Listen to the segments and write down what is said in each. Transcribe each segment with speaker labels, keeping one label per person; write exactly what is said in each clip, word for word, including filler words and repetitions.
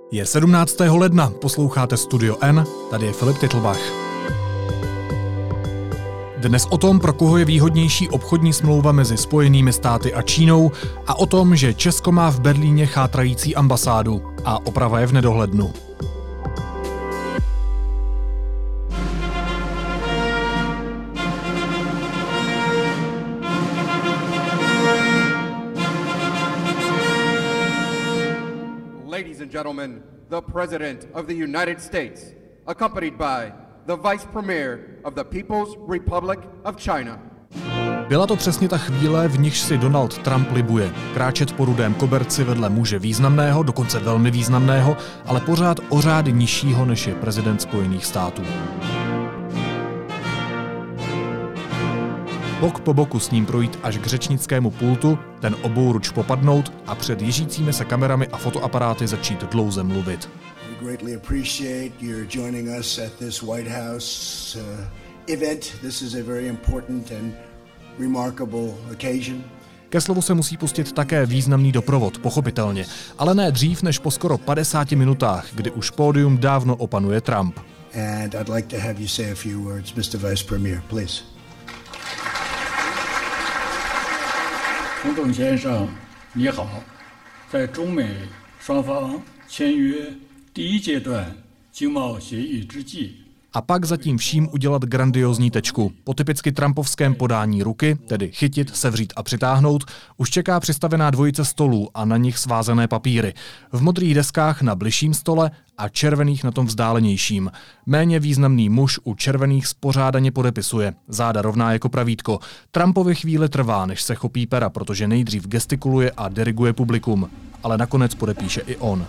Speaker 1: Je sedmnáctého ledna, posloucháte Studio N, tady je Filip Titlbach. Dnes o tom, pro koho je výhodnější obchodní smlouva mezi Spojenými státy a Čínou a o tom, že Česko má v Berlíně chátrající ambasádu a oprava je v nedohlednu.
Speaker 2: Ladies and gentlemen, the President of the United States, accompanied by the Vice Premier of the People's Republic of China.
Speaker 1: Byla to přesně ta chvíle, v níž si Donald Trump libuje. Kráčet po rudém koberci vedle muže významného, dokonce velmi významného, ale pořád o řády nižšího, než je prezident Spojených států. Bok po boku s ním projít až k řečnickému pultu, ten obouruč popadnout a před jižícími se kamerami a fotoaparáty začít dlouze mluvit.
Speaker 3: We greatly appreciate your joining us at this White House uh, event. This is a very important and remarkable occasion.
Speaker 1: Ke slovu se musí pustit také významný doprovod, pochopitelně, ale ne dřív než po skoro padesáti minutách, kdy už pódium dávno opanuje Trump.
Speaker 3: And I'd like to have you say a few words, mister Vice Premier, please.
Speaker 4: 洪总先生，你好，在中美双方签约第一阶段经贸协议之际。
Speaker 1: A pak zatím vším udělat grandiózní tečku. Po typicky trumpovském podání ruky, tedy chytit, sevřít a přitáhnout, už čeká přistavená dvojice stolů a na nich svázané papíry. V modrých deskách na bližším stole a červených na tom vzdálenějším. Méně významný muž u červených spořádaně podepisuje. Záda rovná jako pravítko. Trumpovi chvíli trvá, než se chopí pera, protože nejdřív gestikuluje a diriguje publikum. Ale nakonec podepíše i on.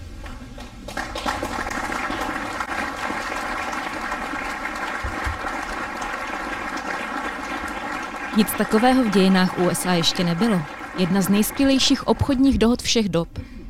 Speaker 5: Nic takového v dějinách U S A ještě nebylo. Jedna z nejskvělejších obchodních dohod všech dob.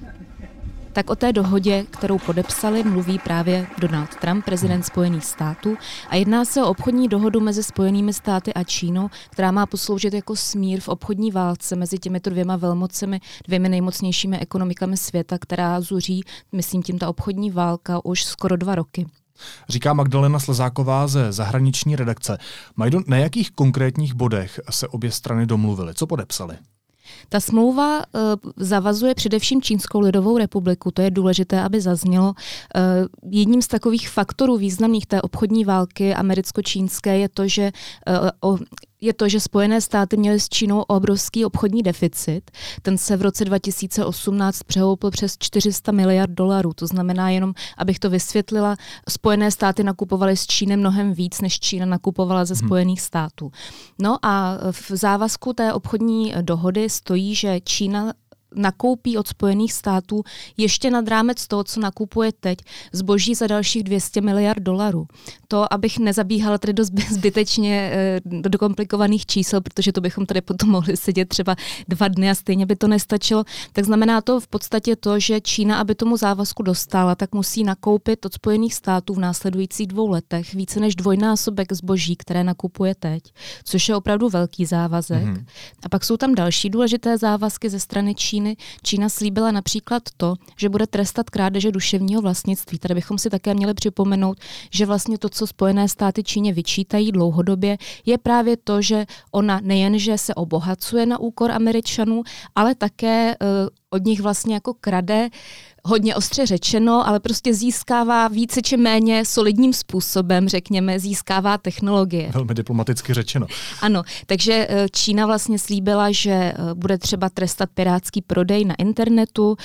Speaker 5: Tak o té dohodě, kterou podepsali, mluví právě Donald Trump, prezident Spojených států. A jedná se o obchodní dohodu mezi Spojenými státy a Čínou, která má posloužit jako smír v obchodní válce mezi těmito dvěma velmocemi, dvěmi nejmocnějšími ekonomikami světa, která zuří, myslím tím, ta obchodní válka už skoro dva roky.
Speaker 1: Říká Magdalena Slezáková ze zahraniční redakce. Majdo, na jakých konkrétních bodech se obě strany domluvily? Co podepsali?
Speaker 5: Ta smlouva uh, zavazuje především Čínskou lidovou republiku, to je důležité, aby zaznělo. Uh, jedním z takových faktorů významných té obchodní války americko-čínské je to, že uh, o, je to, že Spojené státy měly s Čínou obrovský obchodní deficit. Ten se v roce dva tisíce osmnáct přehoupl přes čtyři sta miliard dolarů. To znamená jenom, abych to vysvětlila, Spojené státy nakupovaly z Číny mnohem víc, než Čína nakupovala ze Spojených států. No a v závazku té obchodní dohody stojí, že Čína nakoupí od Spojených států ještě nad rámec toho, co nakupuje teď, zboží za dalších dvě stě miliard dolarů. To, abych nezabíhala tady do zbytečně do, do komplikovaných čísel, protože to bychom tady potom mohli sedět třeba dva dny a stejně by to nestačilo, tak znamená to v podstatě to, že Čína, aby tomu závazku dostala, tak musí nakoupit od Spojených států v následujících dvou letech více než dvojnásobek zboží, které nakupuje teď, což je opravdu velký závazek. Mm-hmm. A pak jsou tam další důležité závazky ze strany Číny. Čína slíbila například to, že bude trestat krádeže duševního vlastnictví. Tady bychom si také měli připomenout, že vlastně to, co Spojené státy Číně vyčítají dlouhodobě, je právě to, že ona nejenže se obohacuje na úkor Američanů, ale také uh, od nich vlastně jako krade, hodně ostře řečeno, ale prostě získává více či méně solidním způsobem, řekněme, získává technologie.
Speaker 1: Velmi diplomaticky řečeno.
Speaker 5: Ano, takže Čína vlastně slíbila, že bude třeba trestat pirátský prodej na internetu,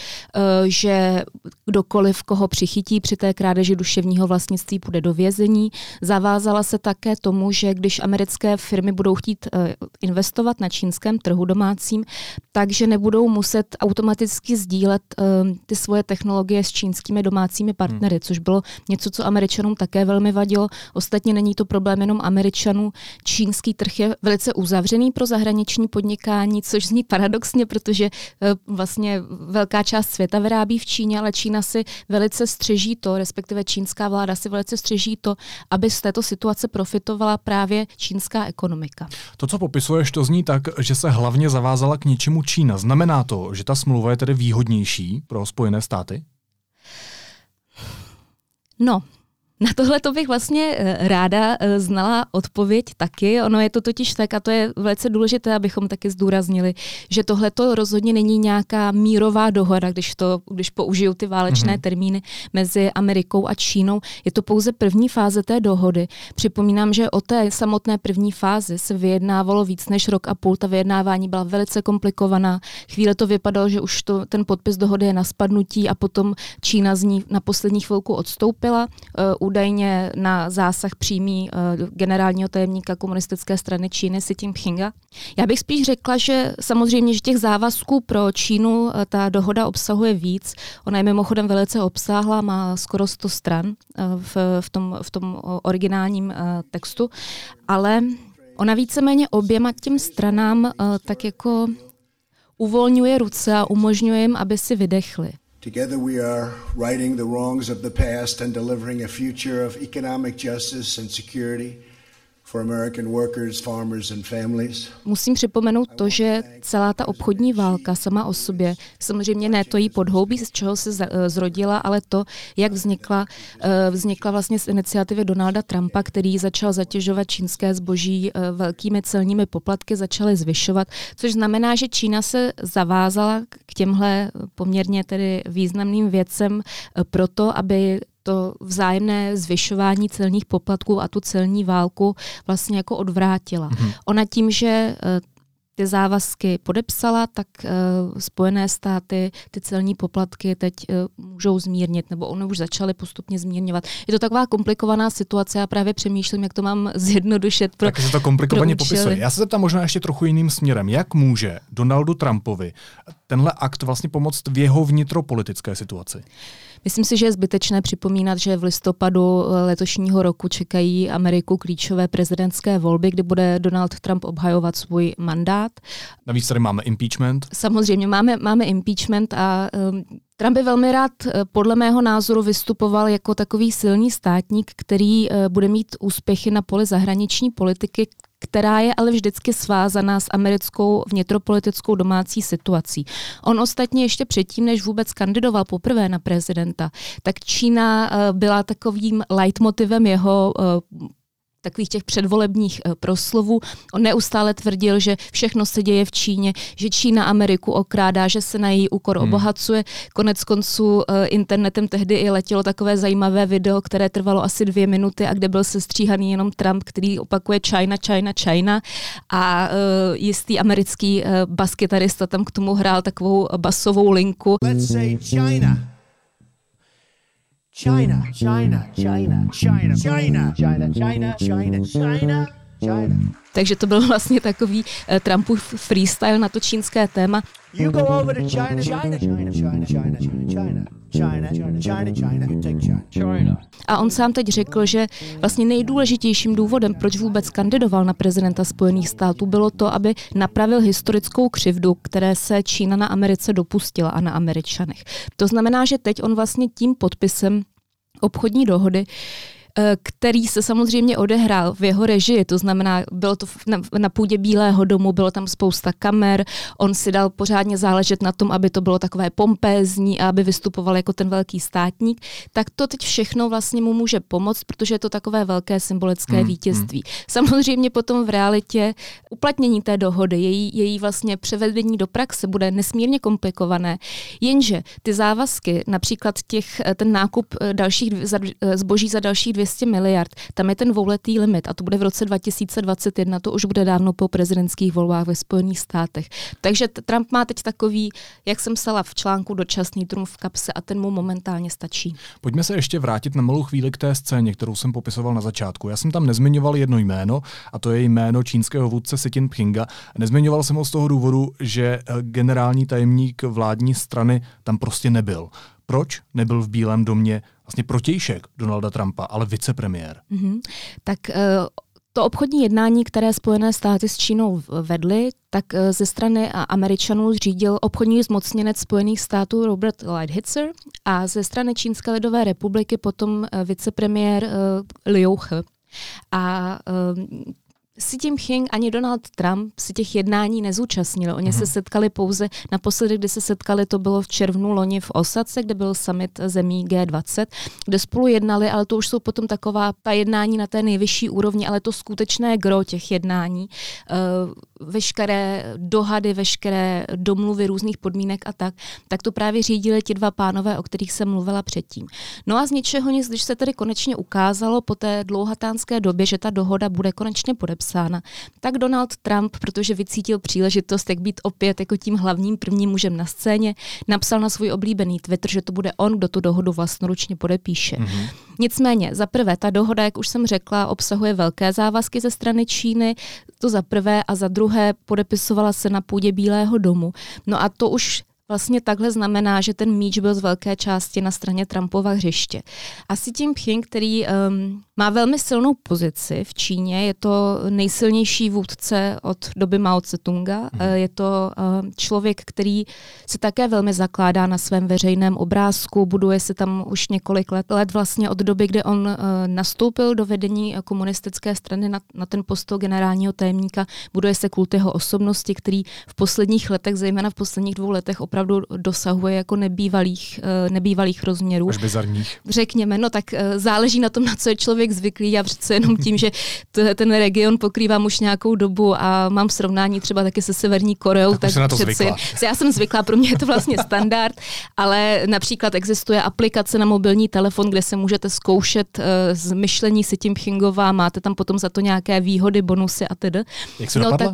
Speaker 5: že kdokoliv, koho přichytí při té krádeži duševního vlastnictví, půjde do vězení. Zavázala se také tomu, že když americké firmy budou chtít investovat na čínském trhu domácím, takže nebudou muset automaticky sdílet ty svoje technologie s čínskými domácími partnery, hmm. což bylo něco, co Američanům také velmi vadilo. Ostatně není to problém jenom Američanů. Čínský trh je velice uzavřený pro zahraniční podnikání, což zní paradoxně, protože vlastně velká část světa vyrábí v Číně, ale Čína si velice střeží to, respektive čínská vláda si velice střeží to, aby z této situace profitovala právě čínská ekonomika.
Speaker 1: To, co popisuješ, to zní tak, že se hlavně zavázala k něčemu Čína. Znamená to, že ta smlouva je tedy výhodnější pro Spojené státy?
Speaker 5: No, na tohle to bych vlastně ráda znala odpověď taky. Ono je to totiž tak, a to je velice důležité, abychom taky zdůraznili, že tohle to rozhodně není nějaká mírová dohoda, když, to, když použiju ty válečné mm-hmm. termíny mezi Amerikou a Čínou. Je to pouze první fáze té dohody. Připomínám, že o té samotné první fázi se vyjednávalo víc než rok a půl. Ta vyjednávání byla velice komplikovaná. Chvíle to vypadalo, že už to, ten podpis dohody je na spadnutí a potom Čína z ní na poslední chvilku odstoupila. Údajně na zásah přímý uh, generálního tajemníka komunistické strany Číny Xi Jinpinga. Já bych spíš řekla, že samozřejmě, že těch závazků pro Čínu uh, ta dohoda obsahuje víc. Ona je mimochodem velice obsáhlá, má skoro sto stran uh, v, v, tom, v tom originálním uh, textu, ale ona víceméně oběma těm stranám uh, tak jako uvolňuje ruce a umožňuje jim, aby si vydechli.
Speaker 3: Together we are righting the wrongs of the past and delivering a future of economic justice and security for American workers, farmers and families.
Speaker 5: Musím připomenout to, že celá ta obchodní válka sama o sobě, samozřejmě ne to jí podhoubí, z čeho se zrodila, ale to, jak vznikla, vznikla vlastně z iniciativy Donalda Trumpa, který začal zatěžovat čínské zboží velkými celními poplatky, začaly zvyšovat, což znamená, že Čína se zavázala k těmhle poměrně tedy významným věcem proto, aby to vzájemné zvyšování celních poplatků a tu celní válku vlastně jako odvrátila. Mm-hmm. Ona tím, že ty závazky podepsala, tak uh, Spojené státy ty celní poplatky teď uh, můžou zmírnit, nebo oni už začaly postupně zmírňovat. Je to taková komplikovaná situace, já právě přemýšlím, jak to mám zjednodušit. Pro,
Speaker 1: tak se to komplikovaně popisuje. Já se zeptám možná ještě trochu jiným směrem. Jak může Donaldu Trumpovi tenhle akt vlastně pomoct v jeho vnitropolitické situaci?
Speaker 5: Myslím si, že je zbytečné připomínat, že v listopadu letošního roku čekají Ameriku klíčové prezidentské volby, kdy bude Donald Trump obhajovat svůj mandát.
Speaker 1: Navíc tady máme impeachment.
Speaker 5: Samozřejmě máme, máme impeachment a um, Trump by velmi rád podle mého názoru vystupoval jako takový silný státník, který uh, bude mít úspěchy na poli zahraniční politiky, která je ale vždycky svázaná s americkou vnitropolitickou domácí situací. On ostatně ještě předtím, než vůbec kandidoval poprvé na prezidenta, tak Čína byla takovým leitmotivem jeho takových těch předvolebních proslovů. On neustále tvrdil, že všechno se děje v Číně, že Čína Ameriku okrádá, že se na její úkor hmm. obohacuje. Konec konců internetem tehdy i letělo takové zajímavé video, které trvalo asi dvě minuty a kde byl sestříhaný jenom Trump, který opakuje China, China, China a uh, jistý americký uh, baskytarista tam k tomu hrál takovou basovou linku.
Speaker 6: Let's say China. China, China, China, China, China, China, China, China, China, China.
Speaker 5: Takže to byl vlastně takový uh, Trumpův freestyle na to čínské téma.
Speaker 6: You go over to China, China, China, China, China, China, China, China, China, you take China. China.
Speaker 5: A on sám teď řekl, že vlastně nejdůležitějším důvodem, proč vůbec kandidoval na prezidenta Spojených států, bylo to, aby napravil historickou křivdu, které se Čína na Americe dopustila a na Američanech. To znamená, že teď on vlastně tím podpisem obchodní dohody, který se samozřejmě odehrál v jeho režii, to znamená, bylo to na, na půdě Bílého domu, bylo tam spousta kamer, on si dal pořádně záležet na tom, aby to bylo takové pompézní a aby vystupoval jako ten velký státník, tak to teď všechno vlastně mu může pomoct, protože je to takové velké symbolické hmm, vítězství. Hmm. Samozřejmě potom v realitě uplatnění té dohody, její, její vlastně převedení do praxe bude nesmírně komplikované, jenže ty závazky, například těch, ten nákup dalších zboží za dalších dvě stě miliard, tam je ten dvouletý limit a to bude v roce dva tisíce dvacet jedna, to už bude dávno po prezidentských volbách ve Spojených státech. Takže Trump má teď takový, jak jsem psala v článku, dočasný trumf v kapse a ten mu momentálně stačí.
Speaker 1: Pojďme se ještě vrátit na malou chvíli k té scéně, kterou jsem popisoval na začátku. Já jsem tam nezmiňoval jedno jméno, a to je jméno čínského vůdce Xi Jinpinga. Nezmiňoval jsem ho z toho důvodu, že generální tajemník vládní strany tam prostě nebyl. Proč nebyl v Bílém domě vlastně protějšek Donalda Trumpa, ale vicepremiér?
Speaker 5: Mm-hmm. Tak uh, to obchodní jednání, které Spojené státy s Čínou vedly, tak uh, ze strany Američanů řídil obchodní zmocněnec Spojených států Robert Lighthizer a ze strany Čínské lidové republiky potom uh, vicepremiér uh, Liu He. A uh, Xi Jinping ani Donald Trump si těch jednání nezúčastnili. Oni mm-hmm. se setkali pouze, naposledy, kdy se setkali, to bylo v červnu loni v Osace, kde byl summit zemí G dvacet, kde spolu jednali, ale to už jsou potom taková ta jednání na té nejvyšší úrovni, ale to skutečné gro těch jednání, veškeré dohady, veškeré domluvy různých podmínek a tak, tak to právě řídili ti dva pánové, o kterých jsem mluvila předtím. No a z ničeho nic, když se tedy konečně ukázalo po té dlouhatánské době, že ta dohoda bude konečně podepsána, tak Donald Trump, protože vycítil příležitost, jak být opět jako tím hlavním prvním mužem na scéně, napsal na svůj oblíbený Twitter, že to bude on, kdo tu dohodu vlastnoručně podepíše. Mm-hmm. Nicméně, za prvé, ta dohoda, jak už jsem řekla, obsahuje velké závazky ze strany Číny, to za prvé, a za druhé podepisovala se na půdě Bílého domu. No a to už vlastně takhle znamená, že ten míč byl z velké části na straně Trumpova hřiště. A Xi Jinping, který um, má velmi silnou pozici v Číně, je to nejsilnější vůdce od doby Mao Tse-tunga, hmm. je to um, člověk, který se také velmi zakládá na svém veřejném obrázku, buduje se tam už několik let, let vlastně od doby, kdy on uh, nastoupil do vedení komunistické strany na, na ten post generálního tajemníka, buduje se kult jeho osobnosti, který v posledních letech, zejména v posledních dvou letech opravdu dosahuje jako nebývalých, nebývalých rozměrů.
Speaker 1: Až bizarních.
Speaker 5: Řekněme, no tak záleží na tom, na co je člověk zvyklý. Já přece jenom tím, že t- ten region pokrývám už nějakou dobu a mám srovnání třeba taky se Severní Koreou,
Speaker 1: tak, tak přeci,
Speaker 5: já jsem zvyklá, pro mě je to vlastně standard, ale například existuje aplikace na mobilní telefon, kde se můžete zkoušet uh, z myšlení Xi Jinpingova, máte tam potom za to nějaké výhody, bonusy a tedy.
Speaker 1: Jak se no, dopadla?
Speaker 5: Tak,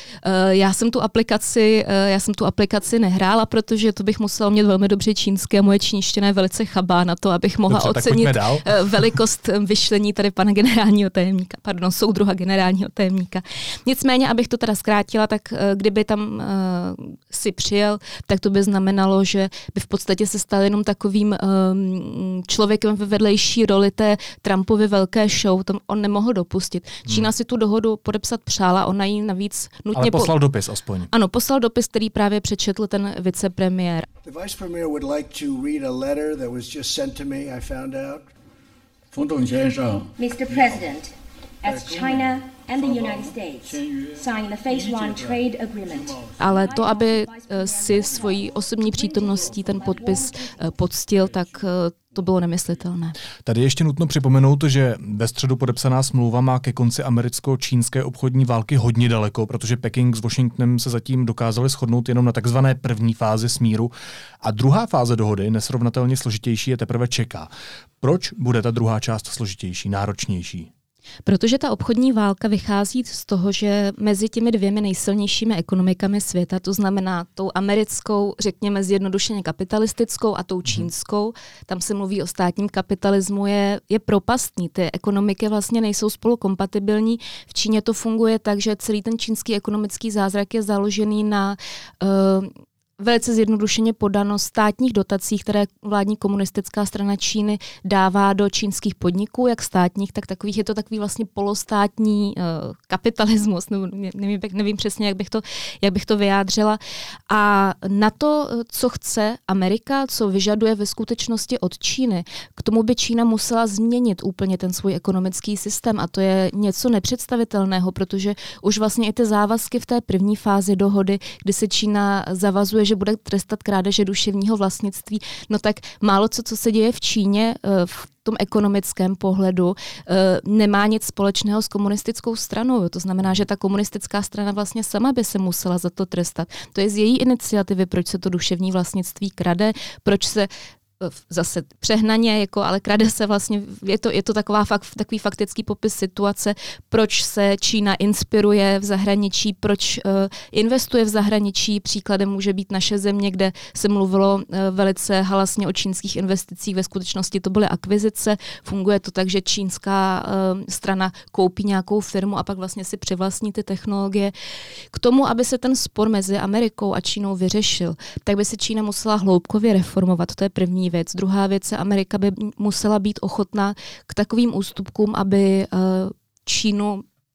Speaker 5: Já jsem tu aplikaci, já jsem tu aplikaci nehrála, protože to bych musela mít velmi dobře čínské a moje čínština je velice chabá na to, abych mohla dobře, ocenit velikost myšlení tady pana generálního tajemníka, pardon, soudruha generálního tajemníka. Nicméně, abych to teda zkrátila, tak kdyby tam uh, si přijel, tak to by znamenalo, že by v podstatě se stal jenom takovým um, člověkem ve vedlejší roli té Trumpovy velké show, to on nemohl dopustit. Čína hmm. si tu dohodu podepsat přála, ona jí navíc nutně
Speaker 1: Ale poslal
Speaker 5: po...
Speaker 1: dopis aspoň.
Speaker 5: Ano, poslal dopis, který právě přečetl ten vicepremiér.
Speaker 3: The vice premier would like to read a letter that was just sent to me, I found out.
Speaker 7: Mister President, as China and the United States sign the Phase One Trade Agreement.
Speaker 5: Ale to, aby si svojí osobní přítomností ten podpis poctil, tak to bylo nemyslitelné.
Speaker 1: Tady ještě nutno připomenout, že ve středu podepsaná smlouva má ke konci americko-čínské obchodní války hodně daleko, protože Peking s Washingtonem se zatím dokázali shodnout jenom na takzvané první fázi smíru a druhá fáze dohody, nesrovnatelně složitější, je teprve čeká. Proč bude ta druhá část složitější, náročnější?
Speaker 5: Protože ta obchodní válka vychází z toho, že mezi těmi dvěmi nejsilnějšími ekonomikami světa, to znamená tou americkou, řekněme zjednodušeně kapitalistickou a tou čínskou, tam se mluví o státním kapitalismu, je, je propastní. Ty ekonomiky vlastně nejsou spolu kompatibilní. V Číně to funguje tak, že celý ten čínský ekonomický zázrak je založený na uh, velice zjednodušeně podano státních dotací, které vládní komunistická strana Číny dává do čínských podniků, jak státních, tak takových, je to takový vlastně polostátní uh, kapitalismus, nebo nevím, nevím přesně, jak bych, to, jak bych to vyjádřila. A na to, co chce Amerika, co vyžaduje ve skutečnosti od Číny, k tomu by Čína musela změnit úplně ten svůj ekonomický systém a to je něco nepředstavitelného, protože už vlastně i ty závazky v té první fázi dohody, kdy se Čína zavazuje, že bude trestat krádeže duševního vlastnictví, no tak málo co, co se děje v Číně v tom ekonomickém pohledu, nemá nic společného s komunistickou stranou. To znamená, že ta komunistická strana vlastně sama by se musela za to trestat. To je z její iniciativy, proč se to duševní vlastnictví krade, proč se zase přehnaně, jako, ale krade se vlastně, je to, je to taková fakt, takový faktický popis situace, proč se Čína inspiruje v zahraničí, proč uh, investuje v zahraničí. Příkladem může být naše země, kde se mluvilo uh, velice halasně o čínských investicích, ve skutečnosti to byly akvizice, funguje to tak, že čínská uh, strana koupí nějakou firmu a pak vlastně si přivlastní ty technologie. K tomu, aby se ten spor mezi Amerikou a Čínou vyřešil, tak by se Čína musela hloubkově reformovat, to je první věc. Druhá věc je, Amerika by musela být ochotná k takovým ústupkům, aby uh, Čínu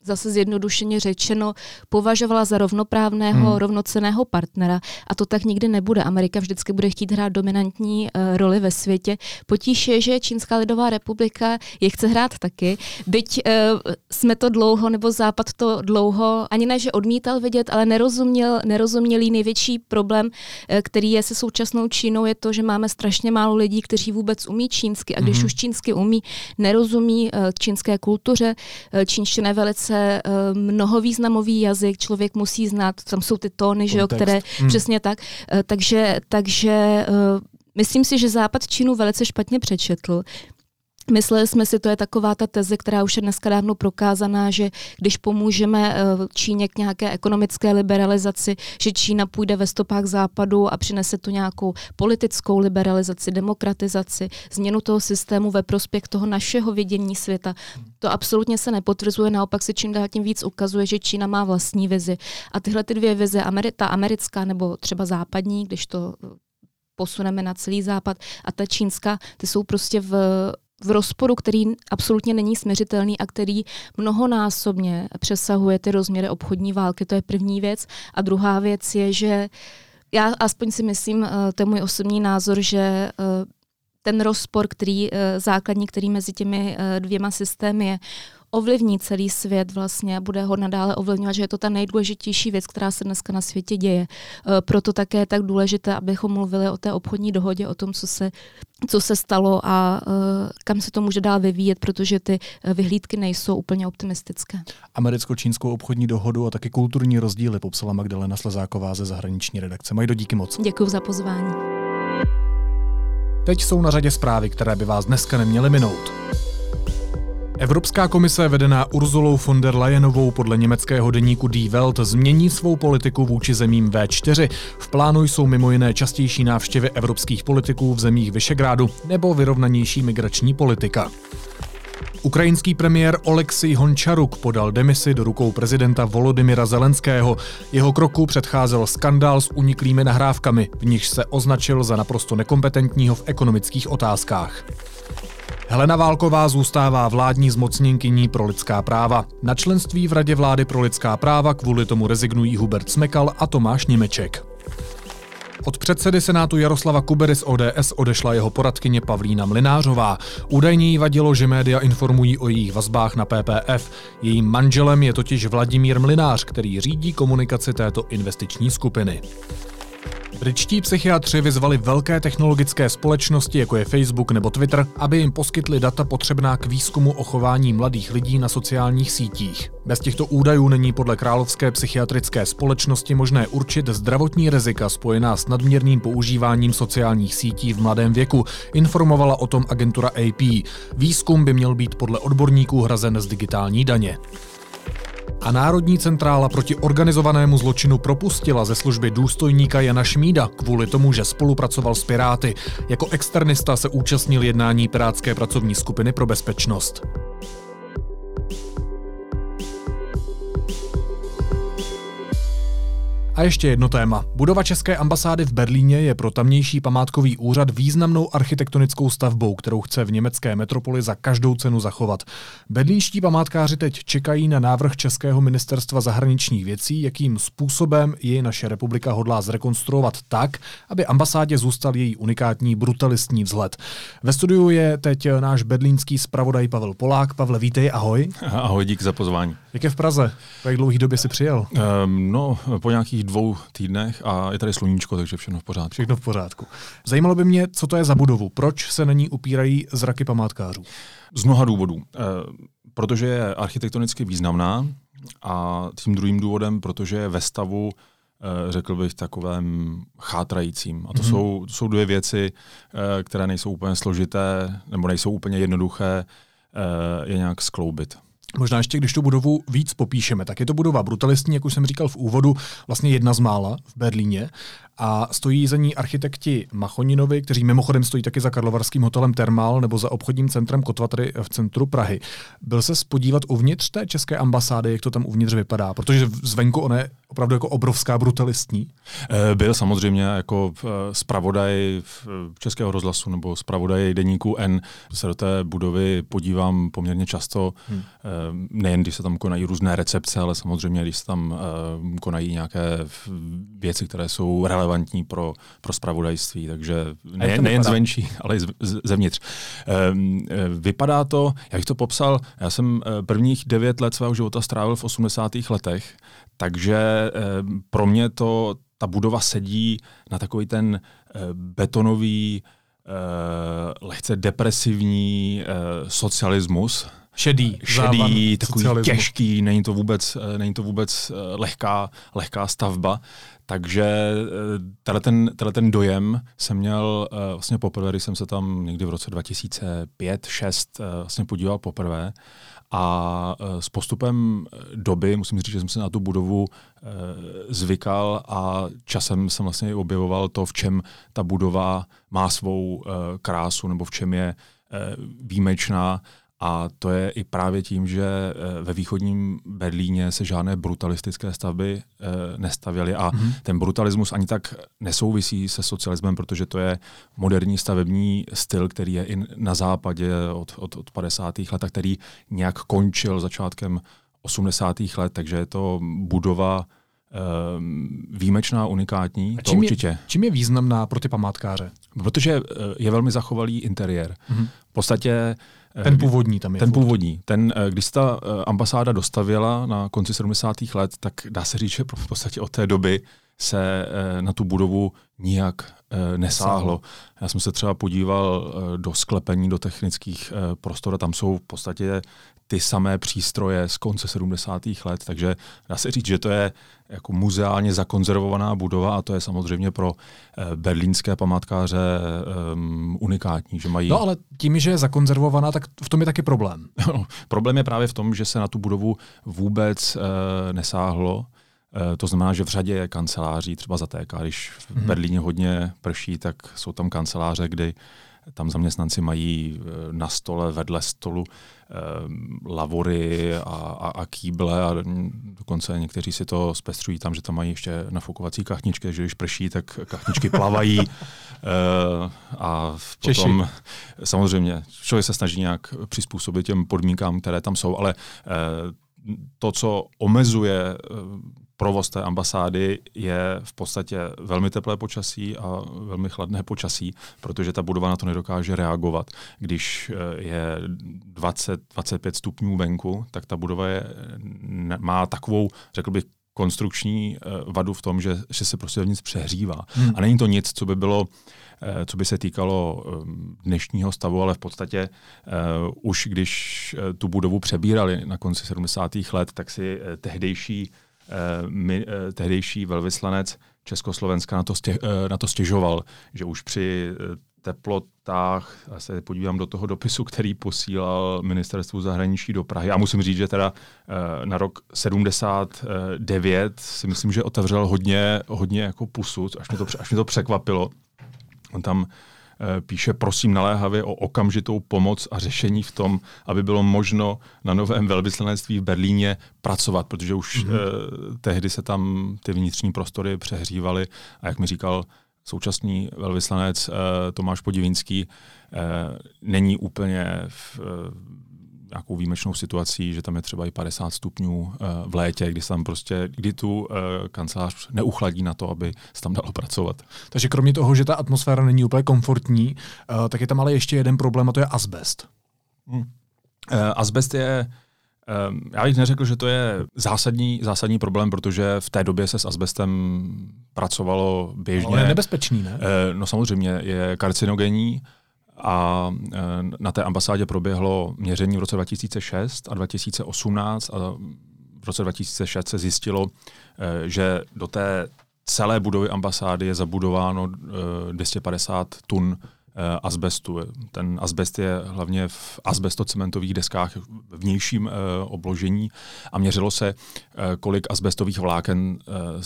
Speaker 5: zase zjednodušeně řečeno, považovala za rovnoprávného, hmm. rovnocenného partnera a to tak nikdy nebude. Amerika vždycky bude chtít hrát dominantní uh, roli ve světě. Potíž je, že Čínská lidová republika je chce hrát taky. Byť uh, jsme to dlouho, nebo Západ to dlouho, ani ne, že odmítal vidět, ale nerozuměl, nerozumělý největší problém, uh, který je se současnou Čínou, je to, že máme strašně málo lidí, kteří vůbec umí čínsky a když hmm. už čínsky umí, nerozumí uh, čínské kultuře. Uh, čínština je velice mnohovýznamový jazyk, člověk musí znát, tam jsou ty tóny, že jo, které, hmm. přesně tak. Takže, takže myslím si, že Západ Čínu velice špatně přečetl. Mysleli jsme si, to je taková ta teze, která už je dneska dávno prokázaná, že když pomůžeme Číně k nějaké ekonomické liberalizaci, že Čína půjde ve stopách Západu a přinese tu nějakou politickou liberalizaci, demokratizaci, změnu toho systému ve prospěch toho našeho vidění světa. To absolutně se nepotvrzuje, naopak se čím dál tím víc ukazuje, že Čína má vlastní vizi. A tyhle ty dvě vize, ta americká nebo třeba západní, když to posuneme na celý Západ, a ta čínská, ty jsou prostě v v rozporu, který absolutně není směřitelný a který mnohonásobně přesahuje ty rozměry obchodní války. To je první věc. A druhá věc je, že já aspoň si myslím, to je můj osobní názor, že ten rozpor, který základní, který mezi těmi dvěma systémy je, ovlivní celý svět vlastně a bude ho nadále ovlivňovat, že je to ta nejdůležitější věc, která se dneska na světě děje. Proto také je tak důležité, abychom mluvili o té obchodní dohodě, o tom, co se, co se stalo a kam se to může dál vyvíjet, protože ty vyhlídky nejsou úplně optimistické.
Speaker 1: Americko-čínskou obchodní dohodu a taky kulturní rozdíly popsala Magdalena Slezáková ze zahraniční redakce. Majdo, díky moc.
Speaker 5: Děkuji za pozvání.
Speaker 1: Teď jsou na řadě zprávy, které by vás dneska neměly minout. Evropská komise vedená Ursulou von der Leyenovou podle německého deníku Die Welt změní svou politiku vůči zemím vé čtyři. V plánu jsou mimo jiné častější návštěvy evropských politiků v zemích Visegrádu nebo vyrovnanější migrační politika. Ukrajinský premiér Oleksij Hončaruk podal demisi do rukou prezidenta Volodymyra Zelenského. Jeho kroku předcházel skandál s uniklými nahrávkami, v nichž se označil za naprosto nekompetentního v ekonomických otázkách. Helena Válková zůstává vládní zmocněnkyní pro lidská práva. Na členství v Radě vlády pro lidská práva kvůli tomu rezignují Hubert Smekal a Tomáš Němeček. Od předsedy Senátu Jaroslava Kubery z O D S odešla jeho poradkyně Pavlína Mlynářová. Údajně jí vadilo, že média informují o jejich vazbách na P P F. Jejím manželem je totiž Vladimír Mlynář, který řídí komunikaci této investiční skupiny. Britští psychiatři vyzvali velké technologické společnosti, jako je Facebook nebo Twitter, aby jim poskytli data potřebná k výzkumu o chování mladých lidí na sociálních sítích. Bez těchto údajů není podle Královské psychiatrické společnosti možné určit zdravotní rizika spojená s nadměrným používáním sociálních sítí v mladém věku, informovala o tom agentura A P. Výzkum by měl být podle odborníků hrazen z digitální daně. A Národní centrála proti organizovanému zločinu propustila ze služby důstojníka Jana Šmída kvůli tomu, že spolupracoval s Piráty. Jako externista se účastnil jednání Pirátské pracovní skupiny pro bezpečnost. A ještě jedno téma. Budova České ambasády v Berlíně je pro tamnější památkový úřad významnou architektonickou stavbou, kterou chce v německé metropoli za každou cenu zachovat. Berlínští památkáři teď čekají na návrh Českého ministerstva zahraničních věcí, jakým způsobem ji naše republika hodlá zrekonstruovat tak, aby ambasádě zůstal její unikátní brutalistní vzhled. Ve studiu je teď náš berlínský zpravodaj Pavel Polák. Pavle, vítej, ahoj.
Speaker 8: Ahoj, dík za pozvání.
Speaker 1: Jak je v Praze? Po jak dlouhý době jsi přijel?
Speaker 8: Um, no, po nějakých dvou týdnech a je tady sluníčko, takže všechno v pořádku.
Speaker 1: Všechno v pořádku. Zajímalo by mě, co to je za budovu. Proč se na ní upírají zraky památkářů?
Speaker 8: Z mnoha důvodů. E, protože je architektonicky významná a tím druhým důvodem, protože je ve stavu, e, řekl bych, takovém chátrajícím. A to, mm-hmm. jsou, to jsou dvě věci, e, které nejsou úplně složité nebo nejsou úplně jednoduché e, je nějak skloubit.
Speaker 1: Možná ještě, když tu budovu víc popíšeme, tak je to budova brutalistní, jak už jsem říkal v úvodu, vlastně jedna z mála v Berlíně. a stojí za ní architekti Machoninovi, kteří mimochodem stojí taky za karlovarským hotelem Thermal nebo za obchodním centrem Kotva tady v centru Prahy. Byl se spodívat uvnitř té české ambasády, jak to tam uvnitř vypadá? Protože zvenku ona je opravdu jako obrovská brutalistní.
Speaker 8: Byl samozřejmě jako zpravodaj Českého rozhlasu nebo zpravodaj deníku N. Se do té budovy podívám poměrně často, hmm. nejen když se tam konají různé recepce, ale samozřejmě když se tam konají nějaké věci, které jsou relevantní pro, pro zpravodajství, takže ne, nejen zvenčí, ale i zevnitř. Vypadá to, jak bych to popsal, já jsem prvních devět let svého života strávil v osmdesátých letech, takže pro mě to ta budova sedí na takový ten betonový, lehce depresivní socialismus.
Speaker 1: Šedý,
Speaker 8: šedý, takový socialismu. Těžký, není to vůbec, není to vůbec lehká, lehká stavba. Takže ten, ten dojem jsem měl vlastně poprvé, když jsem se tam někdy v roce dva tisíce pět šest vlastně podíval poprvé. A s postupem doby, musím říct, že jsem se na tu budovu zvykal a časem jsem vlastně objevoval to, v čem ta budova má svou krásu nebo v čem je výjimečná. A to je i právě tím, že ve východním Berlíně se žádné brutalistické stavby nestavěly a mm-hmm. ten brutalismus ani tak nesouvisí se socialismem, protože to je moderní stavební styl, který je i na západě od, od, od padesátých let a který nějak končil začátkem osmdesátých let, takže je to budova výjimečná, unikátní, to určitě.
Speaker 1: Je, čím je významná pro ty památkáře?
Speaker 8: Protože je velmi zachovalý interiér. Mm-hmm. V podstatě
Speaker 1: ten původní tam je.
Speaker 8: Ten furt. původní. Ten, když ta ambasáda dostavěla na konci sedmdesátých let, tak dá se říct, že v podstatě od té doby se na tu budovu nijak nesáhlo. Já jsem se třeba podíval do sklepení, do technických prostor a tam jsou v podstatě ty samé přístroje z konce sedmdesátých let, takže dá se říct, že to je jako muzeálně zakonzervovaná budova a to je samozřejmě pro berlínské památkáře um, unikátní, že mají...
Speaker 1: No ale tím, že je zakonzervovaná, tak v tom je taky problém.
Speaker 8: No, problém je právě v tom, že se na tu budovu vůbec uh, nesáhlo. Uh, to znamená, že v řadě kanceláří, třeba za T K, když v hmm. Berlíně hodně prší, tak jsou tam kanceláře, kdy tam zaměstnanci mají na stole, vedle stolu eh, lavory a, a, a kýble a dokonce někteří si to zpestřují tam, že tam mají ještě nafukovací kachničky, že když prší, tak kachničky plavají eh, a potom Češi. Samozřejmě člověk se snaží nějak přizpůsobit těm podmínkám, které tam jsou, ale eh, to, co omezuje provoz té ambasády, je v podstatě velmi teplé počasí a velmi chladné počasí, protože ta budova na to nedokáže reagovat. Když je dvacet až dvacet pět stupňů venku, tak ta budova je, má takovou, řekl bych, konstrukční vadu v tom, že, že se prostě vnitř přehřívá. Hmm. A není to nic, co by bylo co by se týkalo dnešního stavu, ale v podstatě uh, už když tu budovu přebírali na konci sedmdesátých let, tak si tehdejší, uh, mi, uh, tehdejší velvyslanec Československa na to, stě, uh, na to stěžoval, že už při teplotách, já se podívám do toho dopisu, který posílal Ministerstvu zahraničí do Prahy. A musím říct, že teda uh, na rok sedmdesát devět si myslím, že otevřel hodně, hodně jako pusu, až mě to, až mě to překvapilo. On tam e, píše, prosím naléhavě o okamžitou pomoc a řešení v tom, aby bylo možno na novém velvyslanectví v Berlíně pracovat, protože už mm-hmm. e, tehdy se tam ty vnitřní prostory přehřívaly a jak mi říkal současný velvyslanec e, Tomáš Podivínský, e, není úplně v e, nějakou výjimečnou situací, že tam je třeba i padesát stupňů uh, v létě, kdy tam prostě, kdy tu uh, kancelář neuchladí na to, aby se tam dalo pracovat.
Speaker 1: Takže kromě toho, že ta atmosféra není úplně komfortní, uh, tak je tam ale ještě jeden problém a to je azbest.
Speaker 8: Hmm. Uh, azbest je, um, já bych neřekl, že to je zásadní, zásadní problém, protože v té době se s azbestem pracovalo běžně.
Speaker 1: Ale je nebezpečný, ne?
Speaker 8: Uh, no samozřejmě, je karcinogenní, a na té ambasádě proběhlo měření v roce dva tisíce šest a dva tisíce osmnáct a v roce dva tisíce šest se zjistilo, že do té celé budovy ambasády je zabudováno dvě stě padesát tun azbestu. Ten azbest je hlavně v azbestocementových deskách vnějším obložení a měřilo se, kolik azbestových vláken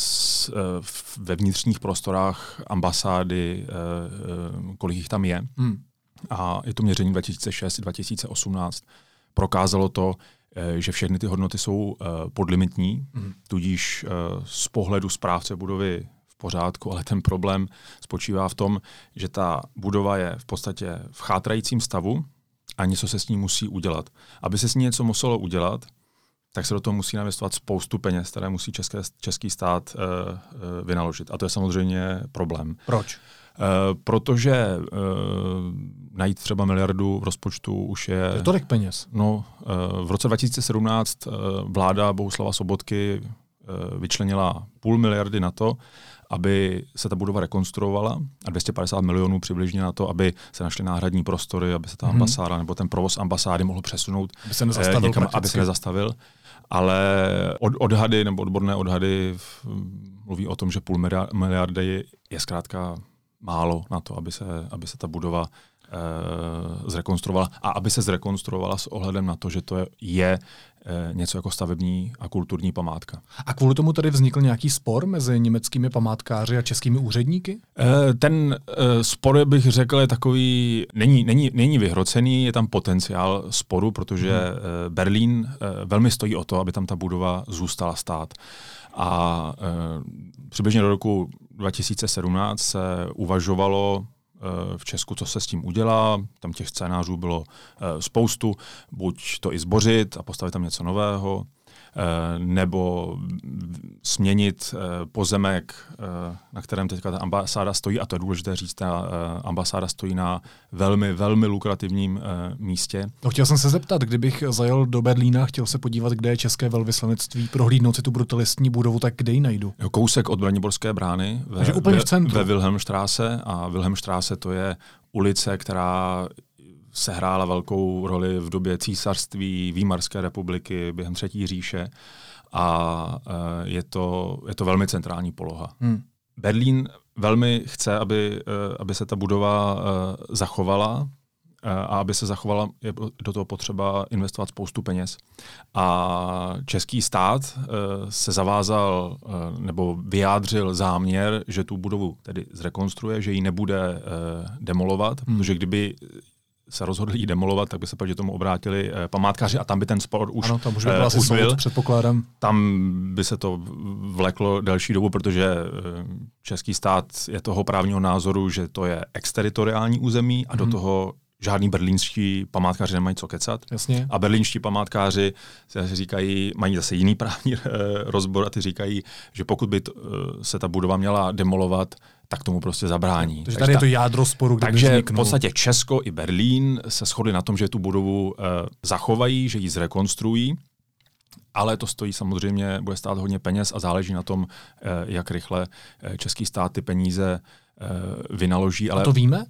Speaker 8: ve vnitřních prostorách ambasády, kolik jich tam je. Hmm. A je to měření dva tisíce šest dva tisíce osmnáct. Prokázalo to, že všechny ty hodnoty jsou podlimitní, hmm. tudíž z pohledu správce budovy v pořádku, ale ten problém spočívá v tom, že ta budova je v podstatě v chátrajícím stavu a něco se s ní musí udělat. Aby se s ní něco muselo udělat, tak se do toho musí investovat spoustu peněz, které musí české, český stát uh, uh, vynaložit. A to je samozřejmě problém.
Speaker 1: Proč?
Speaker 8: Uh, protože uh, najít třeba miliardu v rozpočtu už je...
Speaker 1: Je tolik peněz?
Speaker 8: No, uh, v roce dva tisíce sedmnáct uh, vláda Bohuslava Sobotky uh, vyčlenila půl miliardy na to, aby se ta budova rekonstruovala a dvě stě padesát milionů přibližně na to, aby se našly náhradní prostory, aby se ta ambasáda mm-hmm. nebo ten provoz ambasády mohl přesunout,
Speaker 1: aby se nezastavil,
Speaker 8: někam, aby se nezastavil. Ale od, odhady nebo odborné odhady v, mluví o tom, že půl miliardy je, je zkrátka málo na to, aby se, aby se ta budova e, zrekonstruovala a aby se zrekonstruovala s ohledem na to, že to je, je e, něco jako stavební a kulturní památka.
Speaker 1: A kvůli tomu tady vznikl nějaký spor mezi německými památkáři a českými úředníky?
Speaker 8: E, ten e, spor, bych řekl, je takový, není, není, není vyhrocený, je tam potenciál sporu, protože hmm. e, Berlín e, velmi stojí o to, aby tam ta budova zůstala stát. A e, přibližně do roku dva tisíce sedmnáct se uvažovalo v Česku, co se s tím udělá. Tam těch scénářů bylo spoustu. Buď to i zbořit a postavit tam něco nového, nebo směnit pozemek, na kterém teďka ta ambasáda stojí, a to je důležité říct, ta ambasáda stojí na velmi, velmi lukrativním místě.
Speaker 1: No, chtěl jsem se zeptat, kdybych zajel do Berlína, chtěl se podívat, kde je české velvyslanectví, prohlídnout si tu brutalistní budovu, tak kde ji najdu?
Speaker 8: Kousek od Braniborské brány ve,
Speaker 1: Takže úplně v centru.
Speaker 8: ve Wilhelmstraße, a Wilhelmstraße to je ulice, která sehrála velkou roli v době císařství Výmarské republiky během Třetí říše a je to, je to velmi centrální poloha. Hmm. Berlín velmi chce, aby, aby se ta budova zachovala a aby se zachovala, je do toho potřeba investovat spoustu peněz. A český stát se zavázal nebo vyjádřil záměr, že tu budovu tedy zrekonstruuje, že ji nebude demolovat, hmm. protože kdyby se rozhodli jí demolovat, tak by se proti tomu obrátili eh, památkáři a tam by ten spor už,
Speaker 1: ano, tam už, eh, už byl. Předpokládám.
Speaker 8: Tam by se to vleklo delší dobu, protože eh, český stát je toho právního názoru, že to je exteritoriální území a mm. do toho žádný berlínští památkáři nemají co kecat.
Speaker 1: Jasně.
Speaker 8: A berlínští památkáři se říkají, mají zase jiný právní eh, rozbor a ty říkají, že pokud by t, eh, se ta budova měla demolovat, tak tomu prostě zabrání.
Speaker 1: Takže tady je to jádro sporu, kde
Speaker 8: Takže
Speaker 1: vzniknul.
Speaker 8: v podstatě Česko i Berlín se shodli na tom, že tu budovu eh, zachovají, že ji zrekonstruují, ale to stojí samozřejmě, bude stát hodně peněz a záleží na tom, eh, jak rychle eh, český stát ty peníze eh, vynaloží. Ale
Speaker 1: a to víme?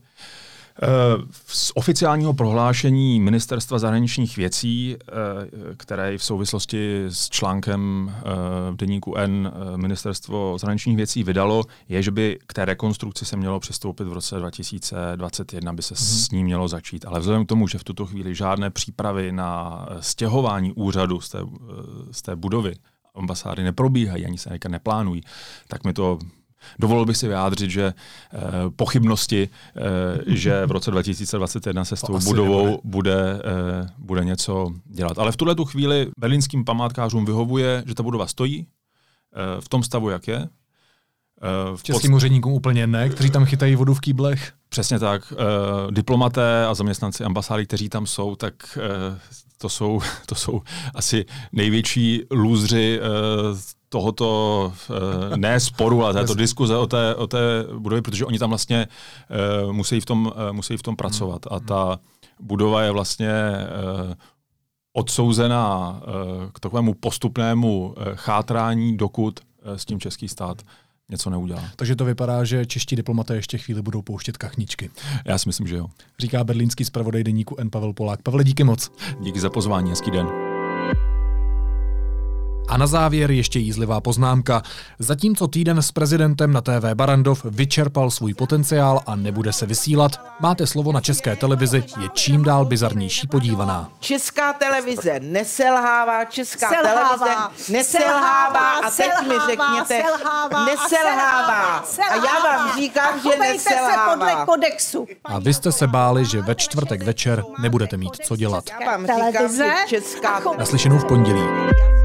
Speaker 8: Z oficiálního prohlášení Ministerstva zahraničních věcí, které v souvislosti s článkem v deníku N Ministerstvo zahraničních věcí vydalo, je, že by k té rekonstrukci se mělo přistoupit v roce dva tisíce dvacet jedna, by se hmm. s ní mělo začít. Ale vzhledem k tomu, že v tuto chvíli žádné přípravy na stěhování úřadu z té, z té budovy ambasády neprobíhají, ani se neplánují, tak mi to dovolil bych si vyjádřit, že eh, pochybnosti, eh, že v roce dva tisíce dvacet jedna se s tou budovou bude, eh, bude něco dělat. Ale v tuhle tu chvíli berlínským památkářům vyhovuje, že ta budova stojí eh, v tom stavu, jak je. Eh,
Speaker 1: v Českým pod... úředníkům úplně ne, kteří tam chytají vodu v kýblech.
Speaker 8: Přesně tak. Eh, diplomaté a zaměstnanci ambasády, kteří tam jsou, tak eh, to, jsou, to jsou asi největší lůzři eh, tohoto uh, ne sporu, ale této diskuze o té, o té budově, protože oni tam vlastně uh, musí v tom, uh, musí v tom pracovat. A ta budova je vlastně uh, odsouzená uh, k takovému postupnému uh, chátrání, dokud uh, s tím český stát něco neudělá.
Speaker 1: Takže to vypadá, že čeští diplomaté ještě chvíli budou pouštět kachničky.
Speaker 8: Já si myslím, že jo.
Speaker 1: Říká berlínský zpravodaj deníku N Pavel Polák. Pavle, díky moc.
Speaker 8: Díky za pozvání, hezký den.
Speaker 1: A na závěr ještě jízlivá poznámka. Zatímco týden s prezidentem na T V Barrandov vyčerpal svůj potenciál a nebude se vysílat, Máte slovo na České televizi je čím dál bizarnější podívaná.
Speaker 9: Česká televize neselhává, Česká
Speaker 10: selhává.
Speaker 9: televize neselhává a teď mi řekněte,
Speaker 10: selhává,
Speaker 9: neselhává. A já vám říkám, že neselhává.
Speaker 10: Se podle kodexu.
Speaker 1: A vy jste se báli, že ve čtvrtek večer nebudete mít co dělat.
Speaker 9: Já vám říkám, že Česká
Speaker 1: Naslyšenou v pondělí.